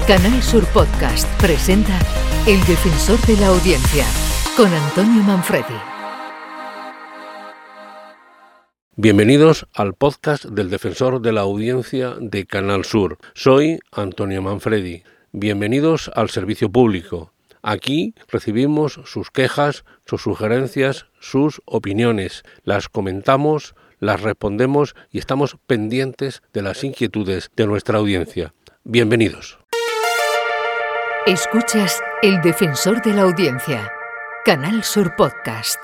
Canal Sur Podcast presenta El Defensor de la Audiencia, con Antonio Manfredi. Bienvenidos al podcast del Defensor de la Audiencia de Canal Sur. Soy Antonio Manfredi. Bienvenidos al servicio público. Aquí recibimos sus quejas, sus sugerencias, sus opiniones. Las comentamos, las respondemos y estamos pendientes de las inquietudes de nuestra audiencia. Bienvenidos. Escuchas El Defensor de la Audiencia, Canal Sur Podcast.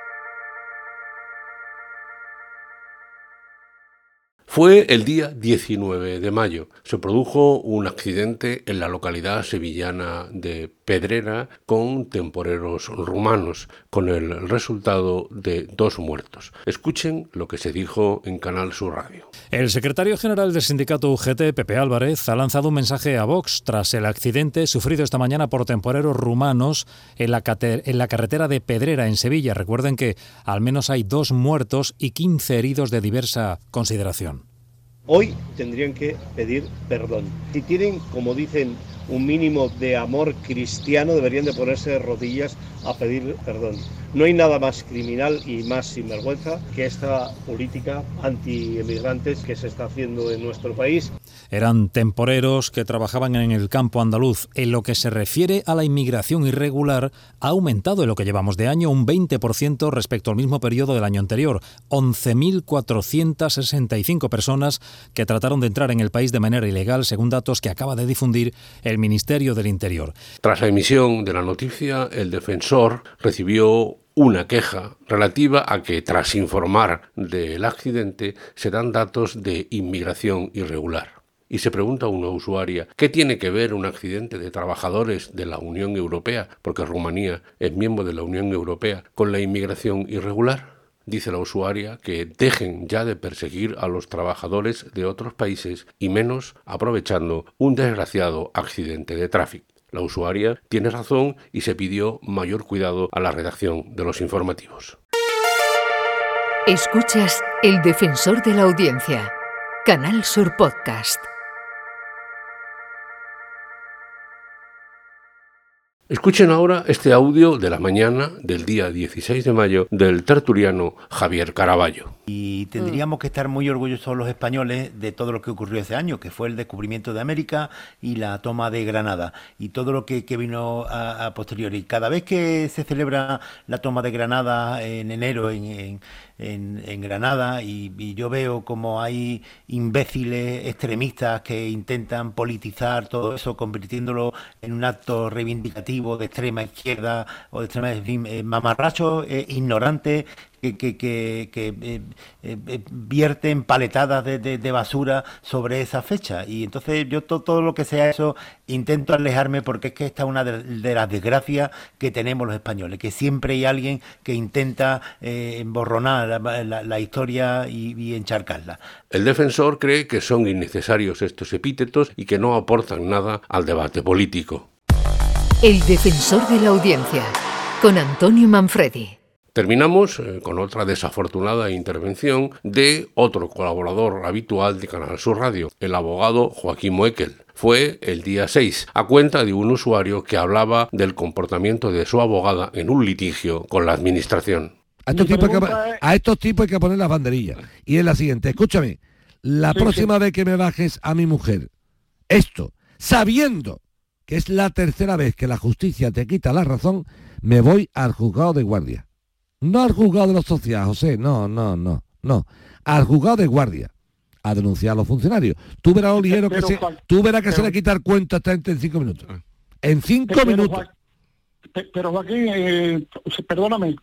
Fue el día 19 de mayo. Se produjo un accidente en la localidad sevillana de Pedrera con temporeros rumanos, con el resultado de 2 muertos. Escuchen lo que se dijo en Canal Sur Radio. El secretario general del sindicato UGT, Pepe Álvarez, ha lanzado un mensaje a Vox tras el accidente sufrido esta mañana por temporeros rumanos en la carretera de Pedrera, en Sevilla. Recuerden que al menos hay 2 muertos y 15 heridos de diversa consideración. Hoy tendrían que pedir perdón. Si tienen, como dicen, un mínimo de amor cristiano, deberían de ponerse de rodillas a pedir perdón. No hay nada más criminal y más sinvergüenza que esta política anti-emigrantes que se está haciendo en nuestro país. Eran temporeros que trabajaban en el campo andaluz. En lo que se refiere a la inmigración irregular, ha aumentado en lo que llevamos de año un 20% respecto al mismo periodo del año anterior. 11.465 personas que trataron de entrar en el país de manera ilegal, según datos que acaba de difundir el Ministerio del Interior. Tras la emisión de la noticia, el defensor recibió una queja relativa a que, tras informar del accidente, se dan datos de inmigración irregular. Y se pregunta a una usuaria, ¿qué tiene que ver un accidente de trabajadores de la Unión Europea, porque Rumanía es miembro de la Unión Europea, con la inmigración irregular? Dice la usuaria que dejen ya de perseguir a los trabajadores de otros países y menos aprovechando un desgraciado accidente de tráfico. La usuaria tiene razón y se pidió mayor cuidado a la redacción de los informativos. Escuchas El Defensor de la Audiencia, Canal Sur Podcast. Escuchen ahora este audio de la mañana del día 16 de mayo del tertuliano Javier Caraballo. Y tendríamos que estar muy orgullosos los españoles de todo lo que ocurrió ese año, que fue el descubrimiento de América y la toma de Granada, y todo lo que vino a posteriori. Cada vez que se celebra la toma de Granada en enero en Granada, y yo veo como hay imbéciles extremistas que intentan politizar todo eso, convirtiéndolo en un acto reivindicativo de extrema izquierda o de extrema mamarrachos ignorantes que vierten paletadas de basura sobre esa fecha. Y entonces yo todo lo que sea eso intento alejarme, porque es que esta es una de las desgracias que tenemos los españoles, que siempre hay alguien que intenta emborronar la historia y encharcarla. El defensor cree que son innecesarios estos epítetos y que no aportan nada al debate político. El Defensor de la Audiencia, con Antonio Manfredi. Terminamos con otra desafortunada intervención de otro colaborador habitual de Canal Sur Radio, el abogado Joaquín Moekel. Fue el día 6, a cuenta de un usuario que hablaba del comportamiento de su abogada en un litigio con la administración. A estos tipos hay que poner las banderillas. Y es la siguiente, escúchame, la próxima vez que me bajes a mi mujer esto, sabiendo que es la tercera vez que la justicia te quita la razón, me voy al juzgado de guardia. No al juzgado de los sociales, José, no. Al juzgado de guardia, a denunciar a los funcionarios. Tú verás lo ligero que se... Tú verás que se le quita el cuento a esta gente en 5 minutos. En 5 minutos. Pero Joaquín, perdóname,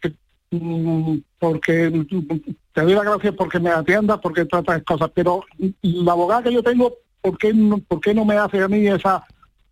porque te doy las gracias porque me atiendas, porque tratas cosas, pero la abogada que yo tengo, ¿por qué no me hace a mí esas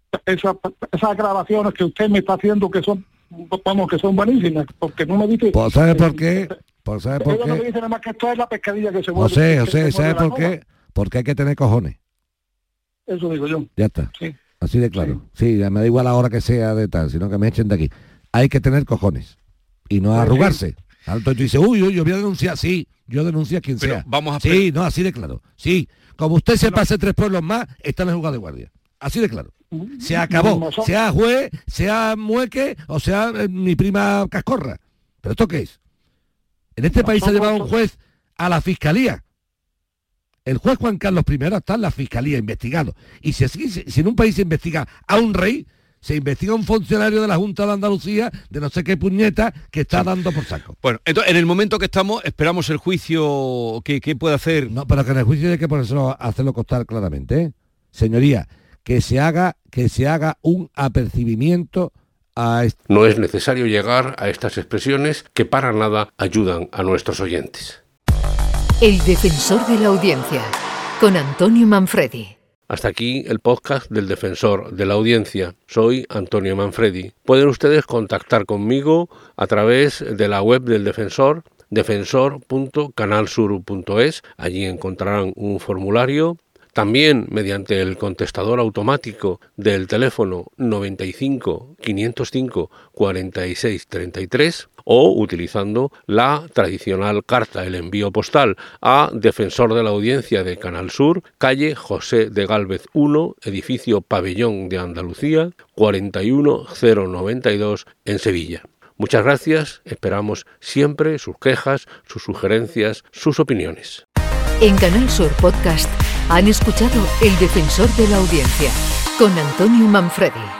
grabaciones que usted me está haciendo, que son buenísimas? Porque no me dice... Pues ¿sabes por qué? Ella no me dice nada más que esto es la pescadilla que se mueve. José, ¿sabes por qué? Porque hay que tener cojones. Eso digo yo. Ya está. Sí. Así de claro. Sí, ya me da igual la hora que sea de tal, sino que me echen de aquí. Hay que tener cojones. Y no arrugarse. Entonces tú dices, yo voy a denunciar. Sí, yo denuncio a quien sea. Vamos a... Sí, no, así de claro. Sí, como usted se pase 3 pueblos más, está en el juzgado de guardia. Así de claro. Se acabó. Sea juez, sea mueque o sea mi prima Cascorra. ¿Pero esto qué es? En este país se ha llevado un juez a la fiscalía. El juez Juan Carlos I está en la fiscalía investigado. Y si en un país se investiga a un rey, se investiga a un funcionario de la Junta de Andalucía de no sé qué puñeta que está dando por saco. Bueno, entonces en el momento que estamos, esperamos el juicio. ¿Qué puede hacer? No, pero que en el juicio hay que hacerlo constar claramente, ¿eh? Señoría, que se haga un apercibimiento a esto. No es necesario llegar a estas expresiones que para nada ayudan a nuestros oyentes. El Defensor de la Audiencia, con Antonio Manfredi. Hasta aquí el podcast del Defensor de la Audiencia. Soy Antonio Manfredi. Pueden ustedes contactar conmigo a través de la web del Defensor, defensor.canalsur.es. Allí encontrarán un formulario. También mediante el contestador automático del teléfono 95 505 46 33 o utilizando la tradicional carta, el envío postal a Defensor de la Audiencia de Canal Sur, calle José de Gálvez 1, edificio Pabellón de Andalucía, 41092 en Sevilla. Muchas gracias, esperamos siempre sus quejas, sus sugerencias, sus opiniones. En Canal Sur Podcast han escuchado El Defensor de la Audiencia con Antonio Manfredi.